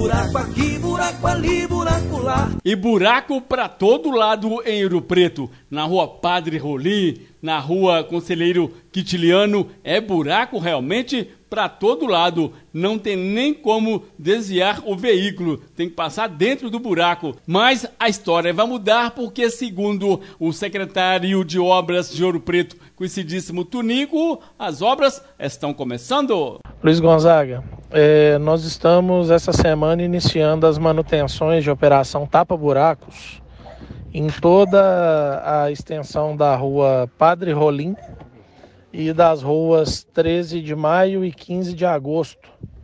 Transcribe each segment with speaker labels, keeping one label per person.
Speaker 1: Buraco aqui, buraco ali, buraco lá.
Speaker 2: E buraco pra todo lado em Ouro Preto. Na rua Padre Rolim, na rua Conselheiro Quitiliano, é buraco realmente pra todo lado. Não tem nem como desviar o veículo, tem que passar dentro do buraco. Mas a história vai mudar porque, segundo o secretário de Obras de Ouro Preto, conhecidíssimo Tunico, as obras estão começando.
Speaker 3: Luiz Gonzaga, nós estamos essa semana iniciando as manutenções de operação tapa-buracos em toda a extensão da rua Padre Rolim e das ruas 13 de maio e 15 de agosto.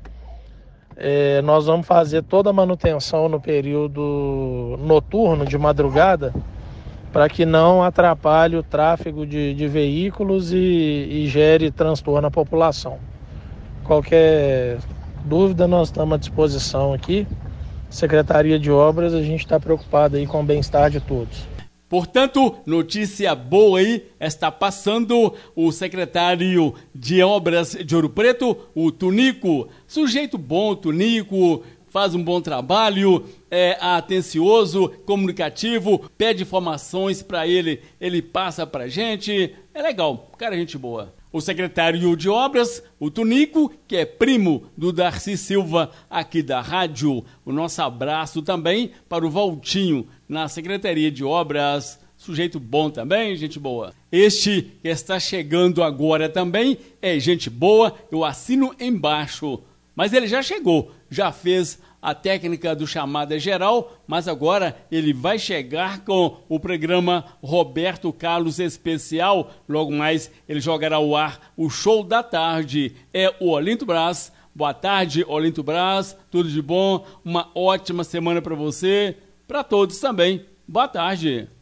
Speaker 3: Nós vamos fazer toda a manutenção no período noturno, de madrugada, para que não atrapalhe o tráfego de veículos e gere transtorno à população. Qualquer dúvida, nós estamos à disposição aqui. Secretaria de Obras, a gente está preocupado aí com o bem-estar de todos.
Speaker 2: Portanto, notícia boa aí, está passando o secretário de Obras de Ouro Preto, o Tunico. Sujeito bom, Tunico, faz um bom trabalho, é atencioso, comunicativo, pede informações para ele, ele passa pra gente. É legal, cara, gente boa. O secretário de Obras, o Tunico, que é primo do Darcy Silva aqui da rádio. O nosso abraço também para o Valtinho, na Secretaria de Obras. Sujeito bom também, gente boa. Este que está chegando agora também é gente boa, eu assino embaixo. Mas ele já chegou, já fez a técnica do chamada geral, mas agora ele vai chegar com o programa Roberto Carlos Especial. Logo mais ele jogará ao ar o show da tarde. É o Olinto Brás. Boa tarde, Olinto Brás. Tudo de bom? Uma ótima semana para você, para todos também. Boa tarde.